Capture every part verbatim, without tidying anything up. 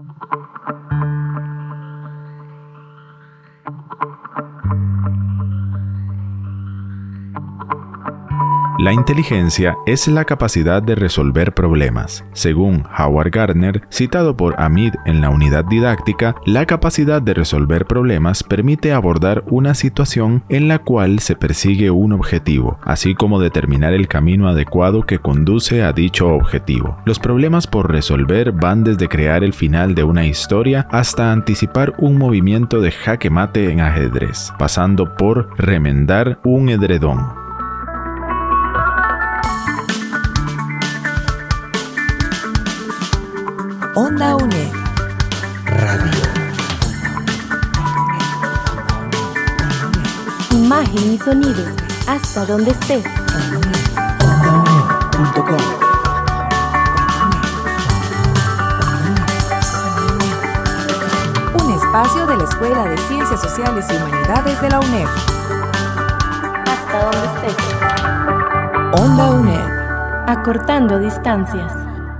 La inteligencia es la capacidad de resolver problemas. Según Howard Gardner, citado por Hamid en la unidad didáctica, la capacidad de resolver problemas permite abordar una situación en la cual se persigue un objetivo, así como determinar el camino adecuado que conduce a dicho objetivo. Los problemas por resolver van desde crear el final de una historia hasta anticipar un movimiento de jaque mate en ajedrez, pasando por remendar un edredón. Onda U N E D Radio. Imagen y sonido, hasta donde estés. onda u n e d punto com. Un espacio de la Escuela de Ciencias Sociales y Humanidades de la U N E D. Hasta donde estés. Onda U N E D. Acortando distancias.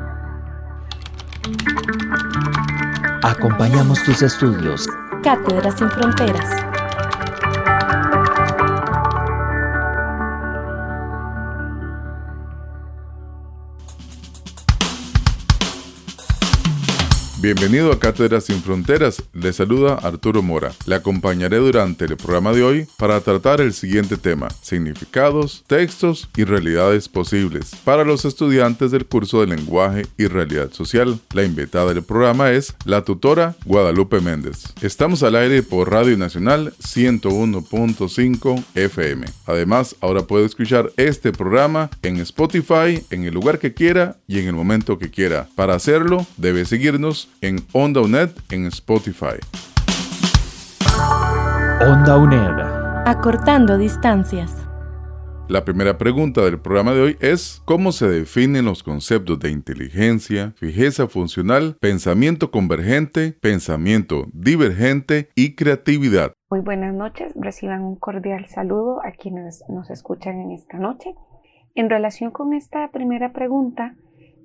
Acompañamos tus estudios. Cátedras sin fronteras. Bienvenido a Cátedras sin Fronteras, le saluda Arturo Mora. Le acompañaré durante el programa de hoy para tratar el siguiente tema: significados, textos y realidades posibles para los estudiantes del curso de Lenguaje y Realidad Social. La invitada del programa es la tutora Guadalupe Méndez. Estamos al aire por Radio Nacional ciento uno punto cinco F M. Además, ahora puede escuchar este programa en Spotify en el lugar que quiera y en el momento que quiera. Para hacerlo, debe seguirnos en Onda U N E D en Spotify. Onda U N E D. Acortando distancias. La primera pregunta del programa de hoy es: ¿cómo se definen los conceptos de inteligencia, fijeza funcional, pensamiento convergente, pensamiento divergente y creatividad? Muy buenas noches, reciban un cordial saludo a quienes nos escuchan en esta noche. En relación con esta primera pregunta,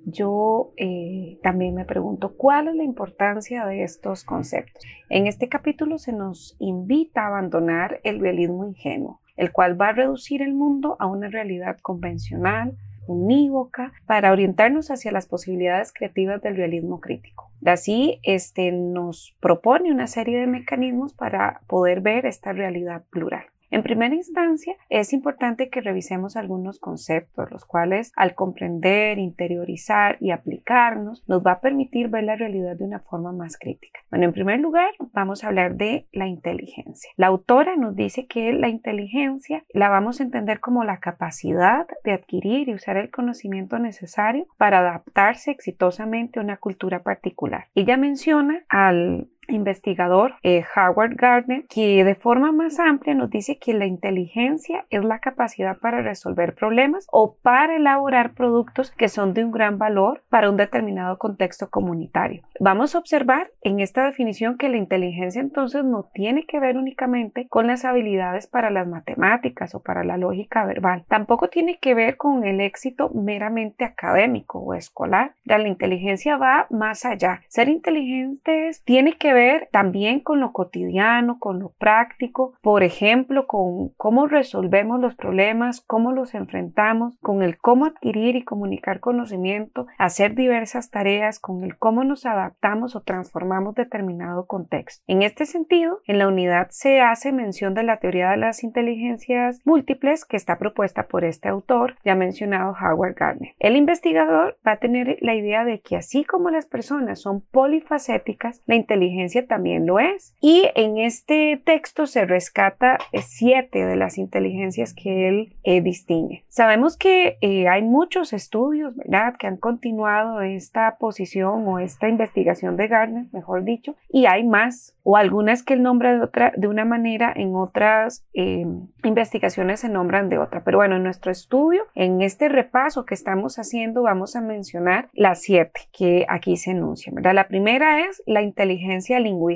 yo eh, también me pregunto cuál es la importancia de estos conceptos. En este capítulo se nos invita a abandonar el realismo ingenuo, el cual va a reducir el mundo a una realidad convencional, unívoca, para orientarnos hacia las posibilidades creativas del realismo crítico. Así, este, nos propone una serie de mecanismos para poder ver esta realidad plural. En primera instancia, es importante que revisemos algunos conceptos, los cuales al comprender, interiorizar y aplicarnos, nos va a permitir ver la realidad de una forma más crítica. Bueno, en primer lugar, vamos a hablar de la inteligencia. La autora nos dice que la inteligencia la vamos a entender como la capacidad de adquirir y usar el conocimiento necesario para adaptarse exitosamente a una cultura particular. Ella menciona al investigador eh, Howard Gardner, que de forma más amplia nos dice que la inteligencia es la capacidad para resolver problemas o para elaborar productos que son de un gran valor para un determinado contexto comunitario. Vamos a observar en esta definición que la inteligencia entonces no tiene que ver únicamente con las habilidades para las matemáticas o para la lógica verbal. Tampoco tiene que ver con el éxito meramente académico o escolar. La inteligencia va más allá. Ser inteligentes tiene que ver ver también con lo cotidiano, con lo práctico, por ejemplo, con cómo resolvemos los problemas, cómo los enfrentamos, con el cómo adquirir y comunicar conocimiento, hacer diversas tareas, con el cómo nos adaptamos o transformamos determinado contexto. En este sentido, en la unidad se hace mención de la teoría de las inteligencias múltiples que está propuesta por este autor, ya mencionado Howard Gardner. El investigador va a tener la idea de que así como las personas son polifacéticas, la inteligencia también lo es. Y en este texto se rescata eh, siete de las inteligencias que él eh, distingue. Sabemos que eh, hay muchos estudios, ¿verdad?, que han continuado esta posición o esta investigación de Gardner, mejor dicho, y hay más, o algunas que él nombra de, otra, de una manera, en otras eh, investigaciones se nombran de otra. Pero bueno, en nuestro estudio, en este repaso que estamos haciendo, vamos a mencionar las siete que aquí se enuncian, ¿verdad? La primera es la inteligencia lingüística.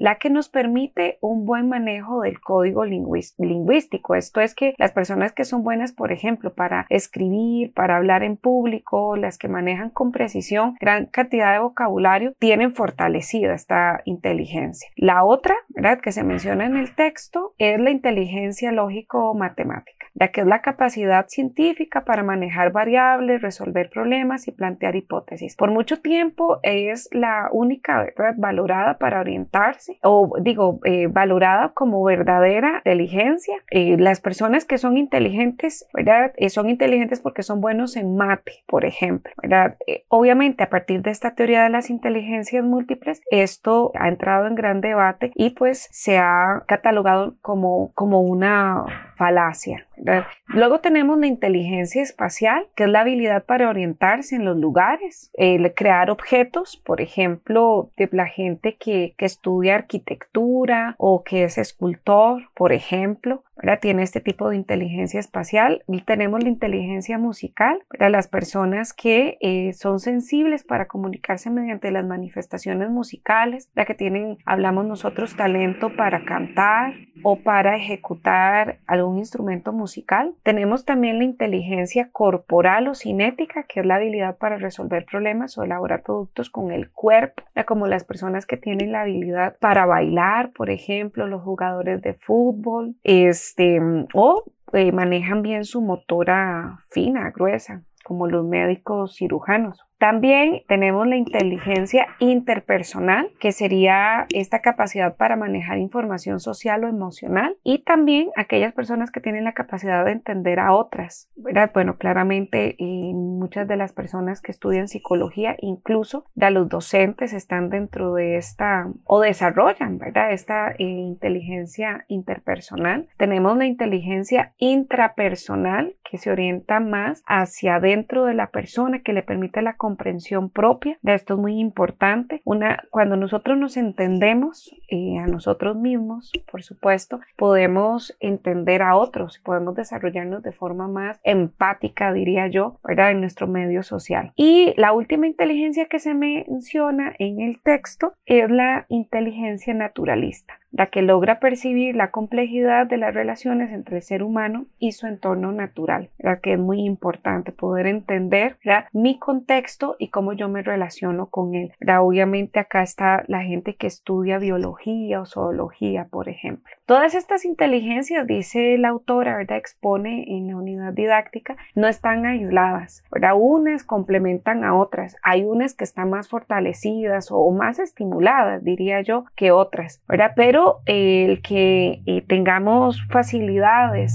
la que nos permite un buen manejo del código lingüístico. Esto es que las personas que son buenas, por ejemplo, para escribir, para hablar en público, las que manejan con precisión gran cantidad de vocabulario, tienen fortalecida esta inteligencia. La otra, ¿verdad?, que se menciona en el texto es la inteligencia lógico-matemática, ya que es la capacidad científica para manejar variables, resolver problemas y plantear hipótesis. Por mucho tiempo es la única, ¿verdad?, valorada para orientarse, o digo, eh, valorada como verdadera inteligencia. Eh, las personas que son inteligentes, ¿verdad?, eh, son inteligentes porque son buenos en mate, por ejemplo, ¿verdad? Eh, obviamente, a partir de esta teoría de las inteligencias múltiples, esto ha entrado en gran debate y pues se ha catalogado como, como una falacia, ¿verdad? Luego tenemos la inteligencia espacial, que es la habilidad para orientarse en los lugares, el crear objetos, por ejemplo, de la gente que, que estudia arquitectura o que es escultor, por ejemplo, ¿verdad?, tiene este tipo de inteligencia espacial. Y tenemos la inteligencia musical, ¿verdad?, las personas que eh, son sensibles para comunicarse mediante las manifestaciones musicales, la que tienen, hablamos nosotros, talento para cantar o para ejecutar algún instrumento musical. Tenemos también la inteligencia corporal o cinética, que es la habilidad para resolver problemas o elaborar productos con el cuerpo, ¿verdad?, como las personas que tienen la habilidad para bailar, por ejemplo, los jugadores de fútbol, este, o eh, manejan bien su motora fina, gruesa, como los médicos cirujanos. También tenemos la inteligencia interpersonal, que sería esta capacidad para manejar información social o emocional, y también aquellas personas que tienen la capacidad de entender a otras, ¿verdad? Bueno, claramente eh, muchas de las personas que estudian psicología, incluso de los docentes, están dentro de esta o desarrollan, ¿verdad?, esta eh, inteligencia interpersonal. Tenemos la inteligencia intrapersonal, que se orienta más hacia dentro de la persona, que le permite la comprensión propia. Esto es muy importante. Una, cuando nosotros nos entendemos eh, a nosotros mismos, por supuesto, podemos entender a otros, podemos desarrollarnos de forma más empática, diría yo, ¿verdad?, en nuestro medio social. Y la última inteligencia que se menciona en el texto es la inteligencia naturalista, la que logra percibir la complejidad de las relaciones entre el ser humano y su entorno natural, la que es muy importante poder entender, ¿verdad?, mi contexto y cómo yo me relaciono con él, ¿verdad? Obviamente acá está la gente que estudia biología o zoología, por ejemplo. Todas estas inteligencias, dice la autora, ¿verdad?, expone en la unidad didáctica, no están aisladas, ¿verdad? Unas complementan a otras. Hay unas que están más fortalecidas o más estimuladas, diría yo, que otras, ¿verdad? Pero eh, el que eh, tengamos facilidades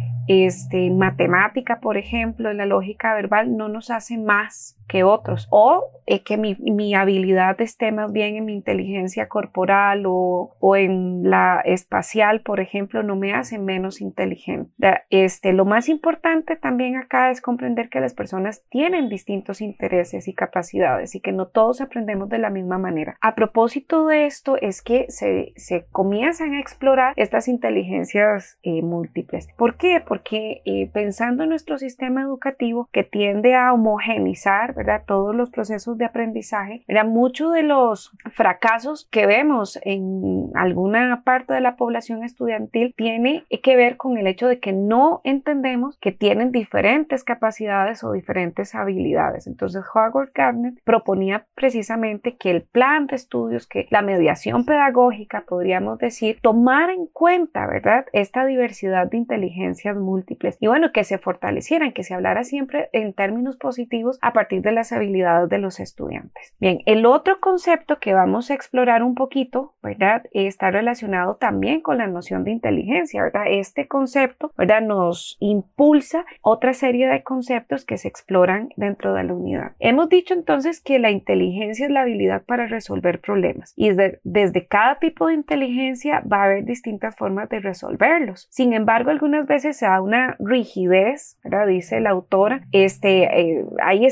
este, en matemática, por ejemplo, en la lógica verbal, no nos hace más que otros, o eh, que mi, mi habilidad esté más bien en mi inteligencia corporal o, o en la espacial, por ejemplo, no me hace menos inteligente. Este, lo más importante también acá es comprender que las personas tienen distintos intereses y capacidades y que no todos aprendemos de la misma manera. A propósito de esto es que se, se comienzan a explorar estas inteligencias eh, múltiples. ¿Por qué? Porque eh, pensando en nuestro sistema educativo, que tiende a homogenizar, ¿verdad?, todos los procesos de aprendizaje, ¿verdad?, muchos de los fracasos que vemos en alguna parte de la población estudiantil tiene que ver con el hecho de que no entendemos que tienen diferentes capacidades o diferentes habilidades. Entonces Howard Gardner proponía precisamente que el plan de estudios, que la mediación pedagógica, podríamos decir, tomara en cuenta, ¿verdad?, esta diversidad de inteligencias múltiples y bueno, que se fortalecieran, que se hablara siempre en términos positivos a partir de las habilidades de los estudiantes. Bien, el otro concepto que vamos a explorar un poquito, ¿verdad?, está relacionado también con la noción de inteligencia, ¿verdad? Este concepto, ¿verdad?, nos impulsa otra serie de conceptos que se exploran dentro de la unidad. Hemos dicho entonces que la inteligencia es la habilidad para resolver problemas y desde, desde cada tipo de inteligencia va a haber distintas formas de resolverlos. Sin embargo, algunas veces se da una rigidez, ¿verdad?, dice la autora, este, eh, hay esquemas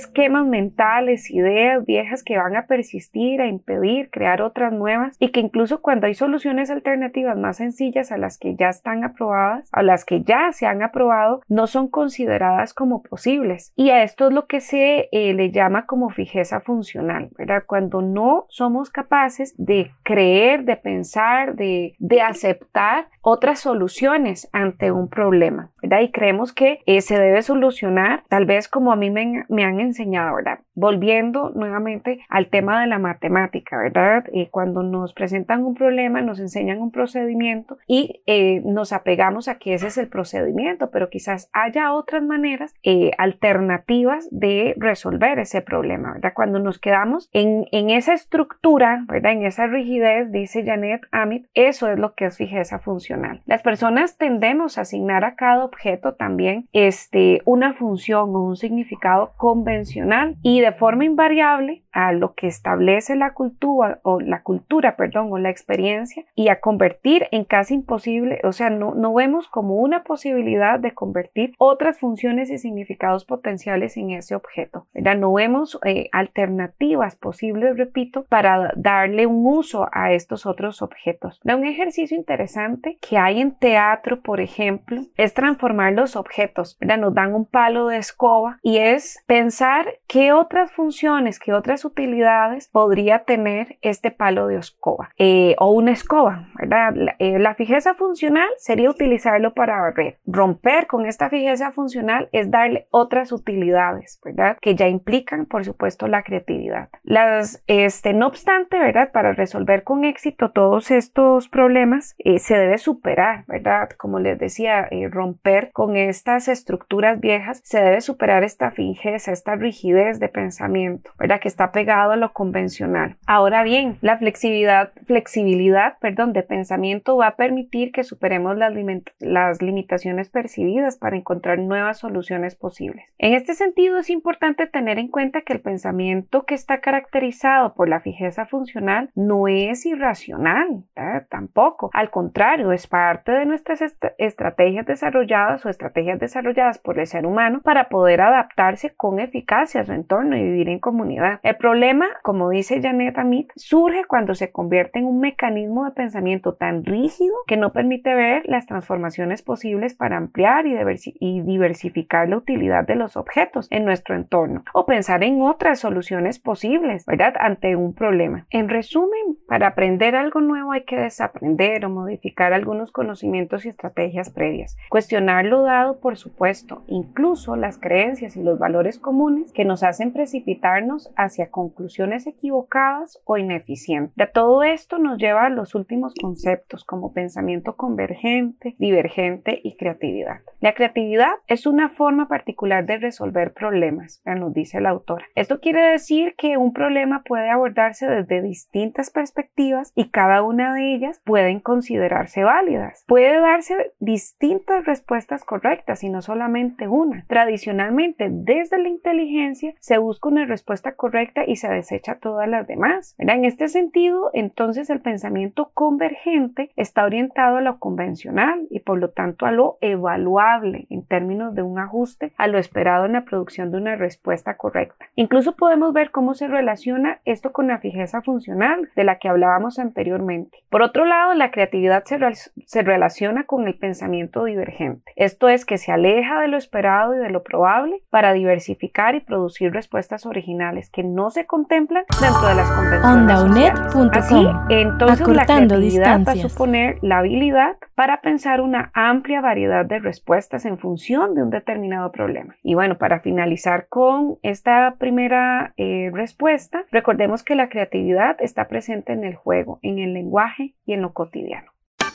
esquemas mentales, ideas viejas que van a persistir, a impedir crear otras nuevas, y que incluso cuando hay soluciones alternativas más sencillas a las que ya están aprobadas, a las que ya se han aprobado, no son consideradas como posibles. Y a esto es lo que se eh, le llama como fijeza funcional, ¿verdad? Cuando no somos capaces de creer, de pensar, de, de aceptar otras soluciones ante un problema, ¿verdad? Y creemos que eh, se debe solucionar, tal vez como a mí me, me han enseñado, ¿verdad? Volviendo nuevamente al tema de la matemática, ¿verdad? Eh, cuando nos presentan un problema, nos enseñan un procedimiento y eh, nos apegamos a que ese es el procedimiento, pero quizás haya otras maneras eh, alternativas de resolver ese problema, ¿verdad? Cuando nos quedamos en, en esa estructura, ¿verdad? En esa rigidez, dice Janet Amit, eso es lo que es fijeza funcional. Las personas tendemos a asignar a cada objeto también este, una función o un significado convencional y de forma invariable a lo que establece la cultura o la cultura, perdón, o la experiencia, y a convertir en casi imposible, o sea, no, no vemos como una posibilidad de convertir otras funciones y significados potenciales en ese objeto, ¿verdad? No vemos eh, alternativas posibles, repito, para darle un uso a estos otros objetos. Un ejercicio interesante que hay en teatro, por ejemplo, es transformar los objetos, ¿verdad? Nos dan un palo de escoba y es pensar qué otras funciones, qué otras utilidades podría tener este palo de escoba eh, o una escoba, ¿verdad? La, eh, la fijeza funcional sería utilizarlo para barrer. Romper con esta fijeza funcional es darle otras utilidades, ¿verdad? Que ya implican, por supuesto, la creatividad. Las, este, no obstante, ¿verdad? Para resolver con éxito todos estos problemas eh, se debe superar, ¿verdad? Como les decía, eh, romper con estas estructuras viejas, se debe superar esta fijeza, esta rigidez de pensamiento, ¿verdad? Que está pegado a lo convencional. Ahora bien, la flexibilidad, flexibilidad, perdón, de pensamiento va a permitir que superemos las, limit las limitaciones percibidas para encontrar nuevas soluciones posibles. En este sentido, es importante tener en cuenta que el pensamiento que está caracterizado por la fijeza funcional no es irracional, ¿verdad? Tampoco. Al contrario, es parte de nuestras est estrategias desarrolladas o estrategias desarrolladas por el ser humano para poder adaptarse con eficacia a su entorno y vivir en comunidad. El problema, como dice Janet Amit, surge cuando se convierte en un mecanismo de pensamiento tan rígido que no permite ver las transformaciones posibles para ampliar y, y diversificar la utilidad de los objetos en nuestro entorno o pensar en otras soluciones posibles, ¿verdad? Ante un problema. En resumen, para aprender algo nuevo hay que desaprender o modificar algunos conocimientos y estrategias previas. Cuestionar lo dado, por supuesto, incluso las creencias y los valores comunes que nos hacen precipitarnos hacia conclusiones equivocadas o ineficientes. De todo esto nos lleva a los últimos conceptos como pensamiento convergente, divergente y creatividad. La creatividad es una forma particular de resolver problemas, nos dice la autora. Esto quiere decir que un problema puede abordarse desde distintas perspectivas y cada una de ellas pueden considerarse válidas. Puede darse distintas respuestas correctas y no solamente una. Tradicionalmente, desde la inteligencia se busca una respuesta correcta y se desecha todas las demás, ¿verdad? En este sentido, entonces el pensamiento convergente está orientado a lo convencional y por lo tanto a lo evaluable en términos de un ajuste a lo esperado en la producción de una respuesta correcta. Incluso podemos ver cómo se relaciona esto con la fijeza funcional de la que hablábamos anteriormente. Por otro lado, la creatividad se, re se relaciona con el pensamiento divergente. Esto es que se aleja de lo esperado y de lo probable para diversificar y producir respuestas originales que no se contemplan dentro de las convenciones sociales. Así, entonces la creatividad va a suponer la habilidad para pensar una amplia variedad de respuestas en función de un determinado problema. Y bueno, para finalizar con esta primera eh, respuesta, recordemos que la creatividad está presente en el juego, en el lenguaje y en lo cotidiano.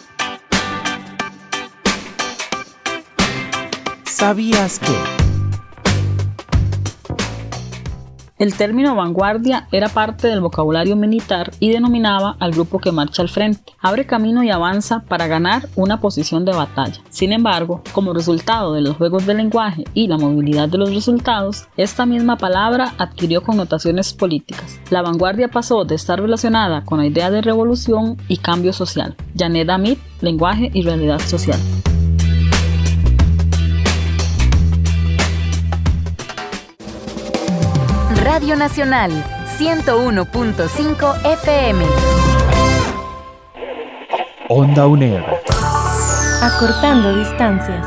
¿Sabías que? El término vanguardia era parte del vocabulario militar y denominaba al grupo que marcha al frente, abre camino y avanza para ganar una posición de batalla. Sin embargo, como resultado de los juegos de lenguaje y la movilidad de los resultados, esta misma palabra adquirió connotaciones políticas. La vanguardia pasó de estar relacionada con la idea de revolución y cambio social. Janet Amit, Lenguaje y Realidad Social. Radio Nacional, ciento uno punto cinco F M. Onda UNED. Acortando distancias.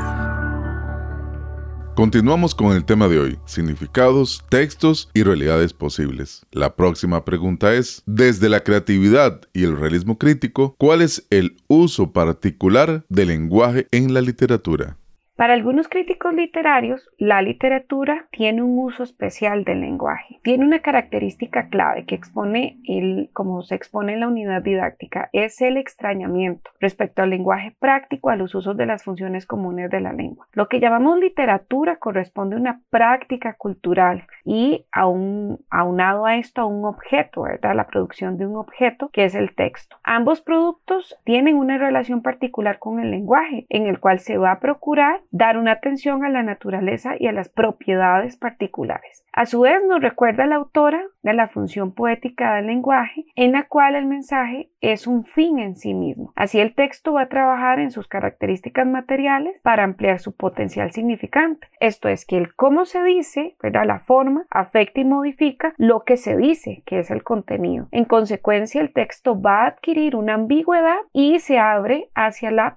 Continuamos con el tema de hoy, significados, textos y realidades posibles. La próxima pregunta es, desde la creatividad y el realismo crítico, ¿cuál es el uso particular del lenguaje en la literatura? Para algunos críticos literarios, la literatura tiene un uso especial del lenguaje. Tiene una característica clave que expone, el, como se expone en la unidad didáctica, es el extrañamiento respecto al lenguaje práctico, a los usos de las funciones comunes de la lengua. Lo que llamamos literatura corresponde a una práctica cultural y a un, aunado a esto a un objeto, ¿verdad? La producción de un objeto que es el texto. Ambos productos tienen una relación particular con el lenguaje, en el cual se va a procurar dar una atención a la naturaleza y a las propiedades particulares. A su vez nos recuerda la autora de la función poética del lenguaje, en la cual el mensaje es un fin en sí mismo. Así el texto va a trabajar en sus características materiales para ampliar su potencial significante. Esto es que el cómo se dice, ¿verdad? La forma, afecta y modifica lo que se dice, que es el contenido. En consecuencia, el texto va a adquirir una ambigüedad y se abre hacia la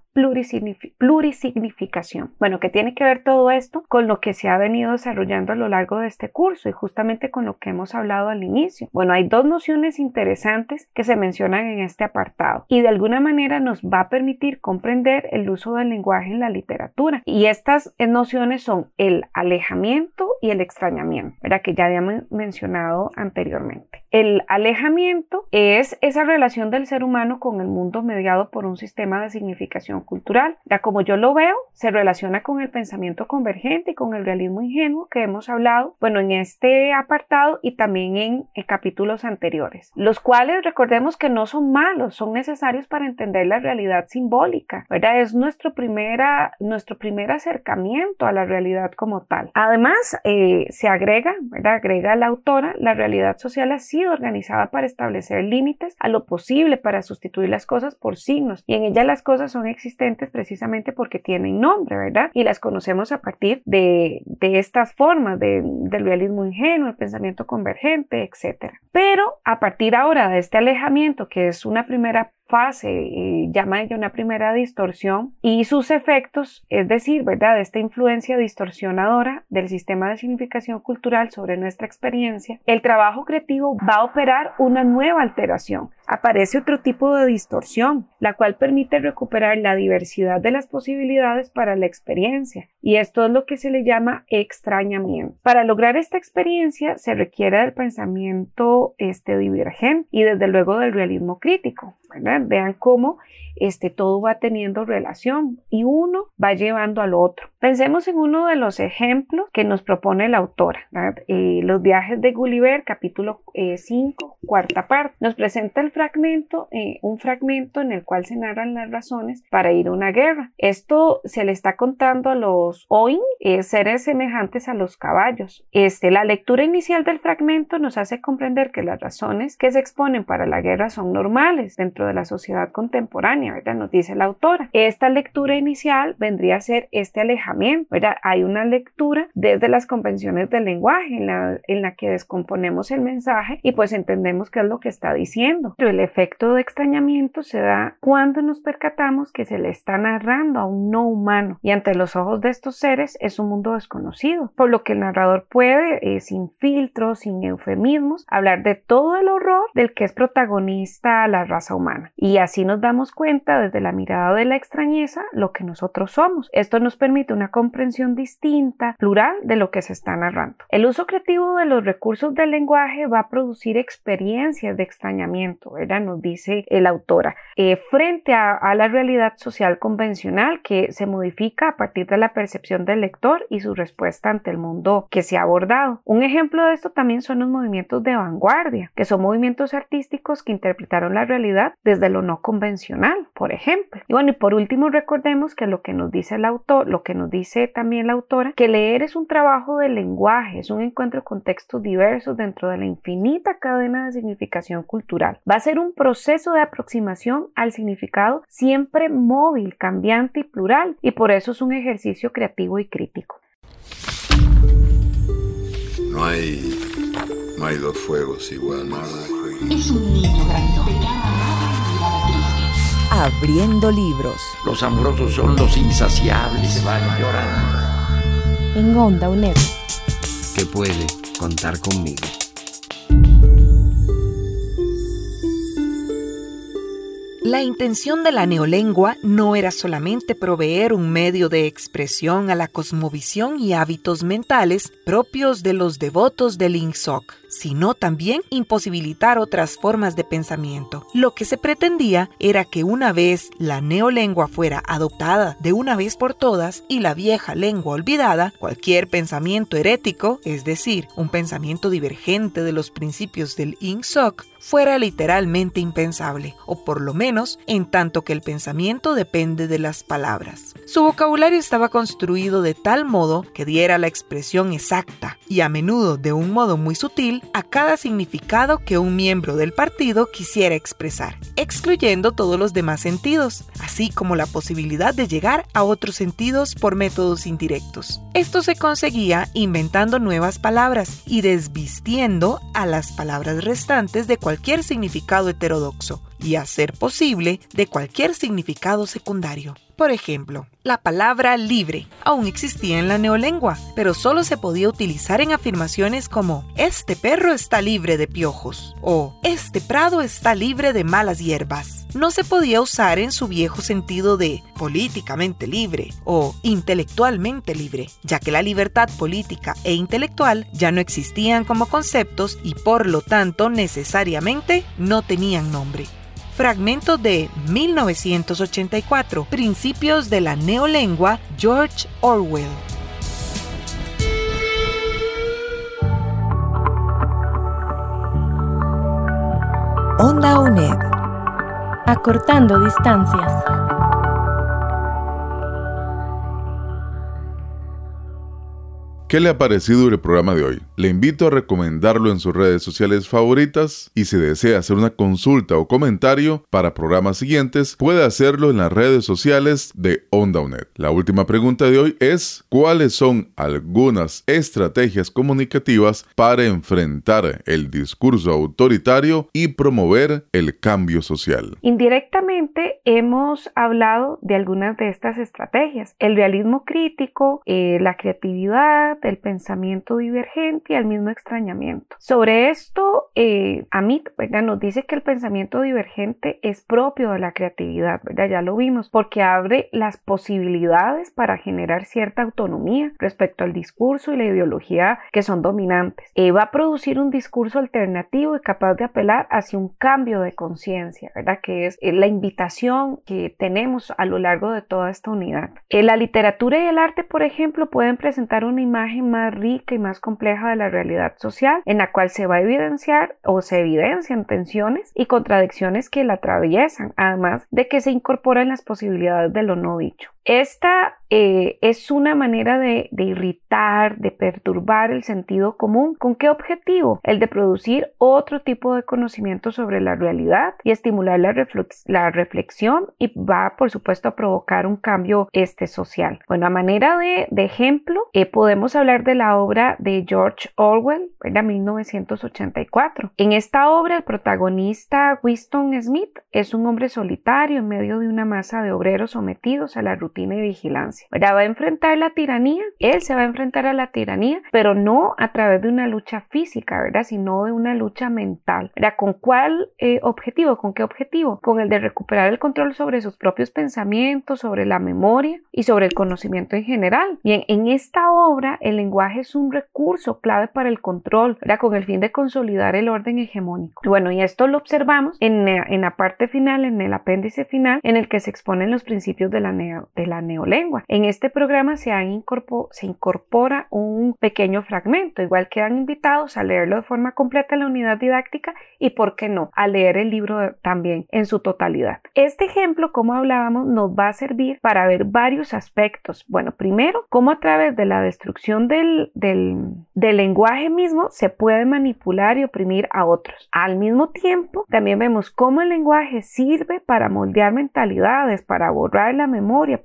plurisignificación. Bueno, ¿qué tiene que ver todo esto con lo que se ha venido desarrollando a lo largo de este curso y justamente con lo que hemos hablado al inicio? Bueno, hay dos nociones interesantes que se mencionan en este apartado y de alguna manera nos va a permitir comprender el uso del lenguaje en la literatura, y estas nociones son el alejamiento y el extrañamiento, ¿verdad? Que ya habíamos mencionado anteriormente. El alejamiento es esa relación del ser humano con el mundo mediado por un sistema de significación cultural. Ya como yo lo veo, se relaciona con el pensamiento convergente y con el realismo ingenuo que hemos hablado, bueno, en este apartado y también en, en capítulos anteriores, los cuales recordemos que no son malos, son necesarios para entender la realidad simbólica, ¿verdad? Es nuestro, primera, nuestro primer acercamiento a la realidad como tal. Además, eh, se agrega, ¿verdad? Agrega la autora, la realidad social ha sido organizada para establecer límites a lo posible, para sustituir las cosas por signos, y en ella las cosas son existentes precisamente porque tienen nombre, ¿verdad? Y las conocemos a partir de, de estas formas de, del realismo ingenuo, el pensamiento convergente, etcétera. Pero a partir ahora de este alejamiento, que es una primera fase, eh, llama ella una primera distorsión, y sus efectos, es decir, ¿verdad?, de esta influencia distorsionadora del sistema de significación cultural sobre nuestra experiencia, el trabajo creativo va a operar una nueva alteración. Aparece otro tipo de distorsión, la cual permite recuperar la diversidad de las posibilidades para la experiencia, y esto es lo que se le llama extrañamiento. Para lograr esta experiencia se requiere del pensamiento este, divergente y desde luego del realismo crítico, ¿verdad? Vean cómo este, todo va teniendo relación y uno va llevando al otro. Pensemos en uno de los ejemplos que nos propone la autora, eh, Los viajes de Gulliver, capítulo cinco, eh, cuarta parte. Nos presenta el fragmento, eh, un fragmento en el cual se narran las razones para ir a una guerra. Esto se le está contando a los Oin, eh, seres semejantes a los caballos. Este, la lectura inicial del fragmento nos hace comprender que las razones que se exponen para la guerra son normales dentro de la sociedad contemporánea, ¿verdad? Nos dice la autora. Esta lectura inicial vendría a ser este alejamiento, ¿verdad? Hay una lectura desde las convenciones del lenguaje en la, en la que descomponemos el mensaje y pues entendemos qué es lo que está diciendo. Pero el efecto de extrañamiento se da cuando nos percatamos que se le está narrando a un no humano y ante los ojos de estos seres es un mundo desconocido, por lo que el narrador puede, eh, sin filtros, sin eufemismos, hablar de todo el horror del que es protagonista la raza humana. Y así nos damos cuenta desde la mirada de la extrañeza lo que nosotros somos. Esto nos permite una comprensión distinta, plural, de lo que se está narrando. El uso creativo de los recursos del lenguaje va a producir experiencias de extrañamiento, ¿verdad? Nos dice la autora, eh, frente a, a la realidad social convencional que se modifica a partir de la percepción del lector y su respuesta ante el mundo que se ha abordado. Un ejemplo de esto también son los movimientos de vanguardia, que son movimientos artísticos que interpretaron la realidad desde lo no convencional, por ejemplo. Y bueno, y por último recordemos que lo que nos dice el autor, lo que nos dice también la autora, que leer es un trabajo del lenguaje, es un encuentro con textos diversos dentro de la infinita cadena de significación cultural. Va a ser un proceso de aproximación al significado siempre móvil, cambiante y plural, y por eso es un ejercicio creativo y crítico. No hay, no No hay dos fuegos iguales. Es un niño grandote. Abriendo libros. Los amorosos son los insaciables. Se van llorando. En Onda U N E D. Que puede contar conmigo. La intención de la neolengua no era solamente proveer un medio de expresión a la cosmovisión y hábitos mentales propios de los devotos del Ingsoc, sino también imposibilitar otras formas de pensamiento. Lo que se pretendía era que una vez la neolengua fuera adoptada de una vez por todas y la vieja lengua olvidada, cualquier pensamiento herético, es decir, un pensamiento divergente de los principios del Ingsoc, fuera literalmente impensable, o por lo menos en tanto que el pensamiento depende de las palabras. Su vocabulario estaba construido de tal modo que diera la expresión exacta y a menudo de un modo muy sutil a cada significado que un miembro del partido quisiera expresar, excluyendo todos los demás sentidos, así como la posibilidad de llegar a otros sentidos por métodos indirectos. Esto se conseguía inventando nuevas palabras y desvistiendo a las palabras restantes de cualquier significado heterodoxo y, a ser posible, de cualquier significado secundario. Por ejemplo, la palabra libre aún existía en la neolengua, pero solo se podía utilizar en afirmaciones como «este perro está libre de piojos» o «este prado está libre de malas hierbas». No se podía usar en su viejo sentido de políticamente libre o intelectualmente libre, ya que la libertad política e intelectual ya no existían como conceptos y por lo tanto necesariamente no tenían nombre. Fragmento de mil novecientos ochenta y cuatro, Principios de la neolengua, George Orwell. Onda U N E D. Acortando distancias. ¿Qué le ha parecido el programa de hoy? Le invito a recomendarlo en sus redes sociales favoritas y si desea hacer una consulta o comentario para programas siguientes, puede hacerlo en las redes sociales de Onda U N E D. La última pregunta de hoy es: ¿cuáles son algunas estrategias comunicativas para enfrentar el discurso autoritario y promover el cambio social? Indirectamente hemos hablado de algunas de estas estrategias: el realismo crítico, eh, la creatividad, el pensamiento divergente y el mismo extrañamiento. Sobre esto, eh, Amit, ¿verdad?, nos dice que el pensamiento divergente es propio de la creatividad, ¿verdad? Ya lo vimos, porque abre las posibilidades para generar cierta autonomía respecto al discurso y la ideología que son dominantes. Eh, va a producir un discurso alternativo y capaz de apelar hacia un cambio de conciencia, ¿verdad?, que es eh, la invitación que tenemos a lo largo de toda esta unidad. Eh, la literatura y el arte, por ejemplo, pueden presentar una imagen más rica y más compleja de la realidad social, en la cual se va a evidenciar o se evidencian tensiones y contradicciones que la atraviesan, además de que se incorporan las posibilidades de lo no dicho. Esta eh, es una manera de, de irritar, de perturbar el sentido común. ¿Con qué objetivo? El de producir otro tipo de conocimiento sobre la realidad y estimular la, reflex- la reflexión, y va, por supuesto, a provocar un cambio este, social. Bueno, a manera de, de ejemplo, eh, podemos hablar de la obra de George Orwell, ¿verdad?, mil novecientos ochenta y cuatro. En esta obra, el protagonista Winston Smith es un hombre solitario en medio de una masa de obreros sometidos a la rutina y vigilancia, ¿verdad? Va a enfrentar la tiranía, él se va a enfrentar a la tiranía, pero no a través de una lucha física, ¿verdad?, sino de una lucha mental, ¿verdad? ¿Con cuál eh, objetivo? ¿Con qué objetivo? Con el de recuperar el control sobre sus propios pensamientos, sobre la memoria y sobre el conocimiento en general. Bien, en esta obra el lenguaje es un recurso clave para el control, ¿verdad?, con el fin de consolidar el orden hegemónico. Bueno, y esto lo observamos en, en la parte final, en el apéndice final, en el que se exponen los principios de la, neo, de la neolengua. En este programa se, han incorpor, se incorpora un pequeño fragmento. Igual quedan invitados a leerlo de forma completa en la unidad didáctica y, ¿por qué no?, a leer el libro también en su totalidad. Este ejemplo, como hablábamos, nos va a servir para ver varios aspectos. Bueno, primero, cómo a través de la destrucción del, del, del lenguaje mismo se puede manipular y oprimir a otros. Al mismo tiempo, también vemos cómo el lenguaje sirve para moldear mentalidades, para borrar la memoria, para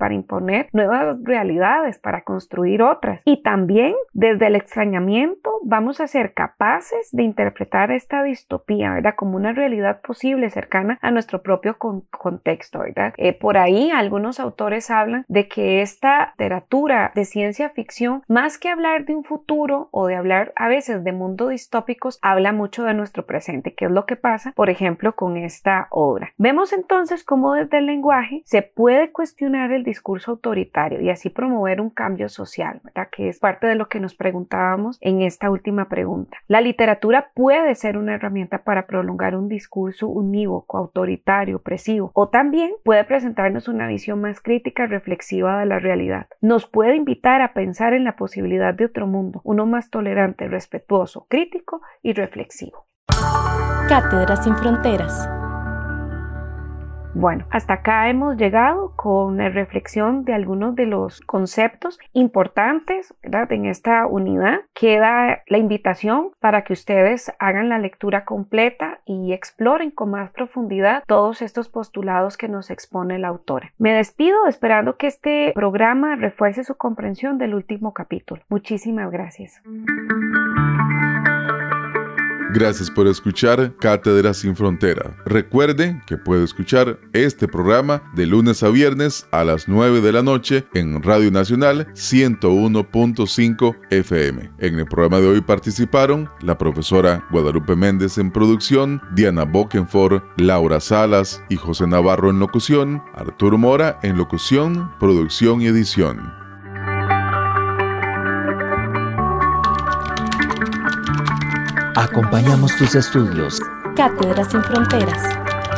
para imponer nuevas realidades, para construir otras. Y también desde el extrañamiento vamos a ser capaces de interpretar esta distopía, ¿verdad? Como una realidad posible cercana a nuestro propio con- contexto, ¿verdad? Eh, por ahí algunos autores hablan de que esta literatura de ciencia ficción, más que hablar de un futuro o de hablar a veces de mundos distópicos, habla mucho de nuestro presente, que es lo que pasa, por ejemplo, con esta obra. Vemos entonces cómo desde el lenguaje se puede cuestionar el discurso autoritario y así promover un cambio social, ¿verdad? Que es parte de lo que nos preguntábamos en esta última pregunta. La literatura puede ser una herramienta para prolongar un discurso unívoco, autoritario, opresivo, o también puede presentarnos una visión más crítica y reflexiva de la realidad. Nos puede invitar a pensar en la posibilidad de otro mundo, uno más tolerante, respetuoso, crítico y reflexivo. Cátedra sin Fronteras. Bueno, hasta acá hemos llegado con la reflexión de algunos de los conceptos importantes, ¿verdad? En esta unidad. Queda la invitación para que ustedes hagan la lectura completa y exploren con más profundidad todos estos postulados que nos expone la autora. Me despido esperando que este programa refuerce su comprensión del último capítulo. Muchísimas gracias. Gracias por escuchar Cátedra sin Frontera. Recuerde que puede escuchar este programa de lunes a viernes a las nueve de la noche en Radio Nacional ciento uno punto cinco F M. En el programa de hoy participaron la profesora Guadalupe Méndez en producción, Diana Bokenford, Laura Salas y José Navarro en locución, Arturo Mora en locución, producción y edición. Acompañamos tus estudios. Cátedra sin Fronteras.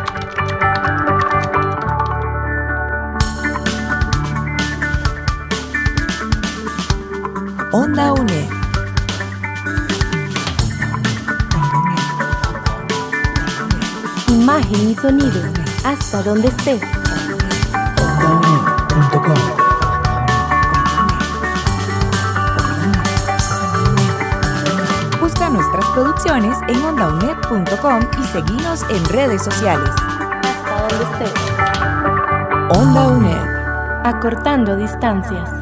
Onda U N E D. Imagen y sonido. Hasta donde estés. onda u n e d punto com. Busca nuestras producciones en onda u n e d punto com y seguinos en redes sociales. Hasta donde estés. Onda U N E D. Acortando distancias.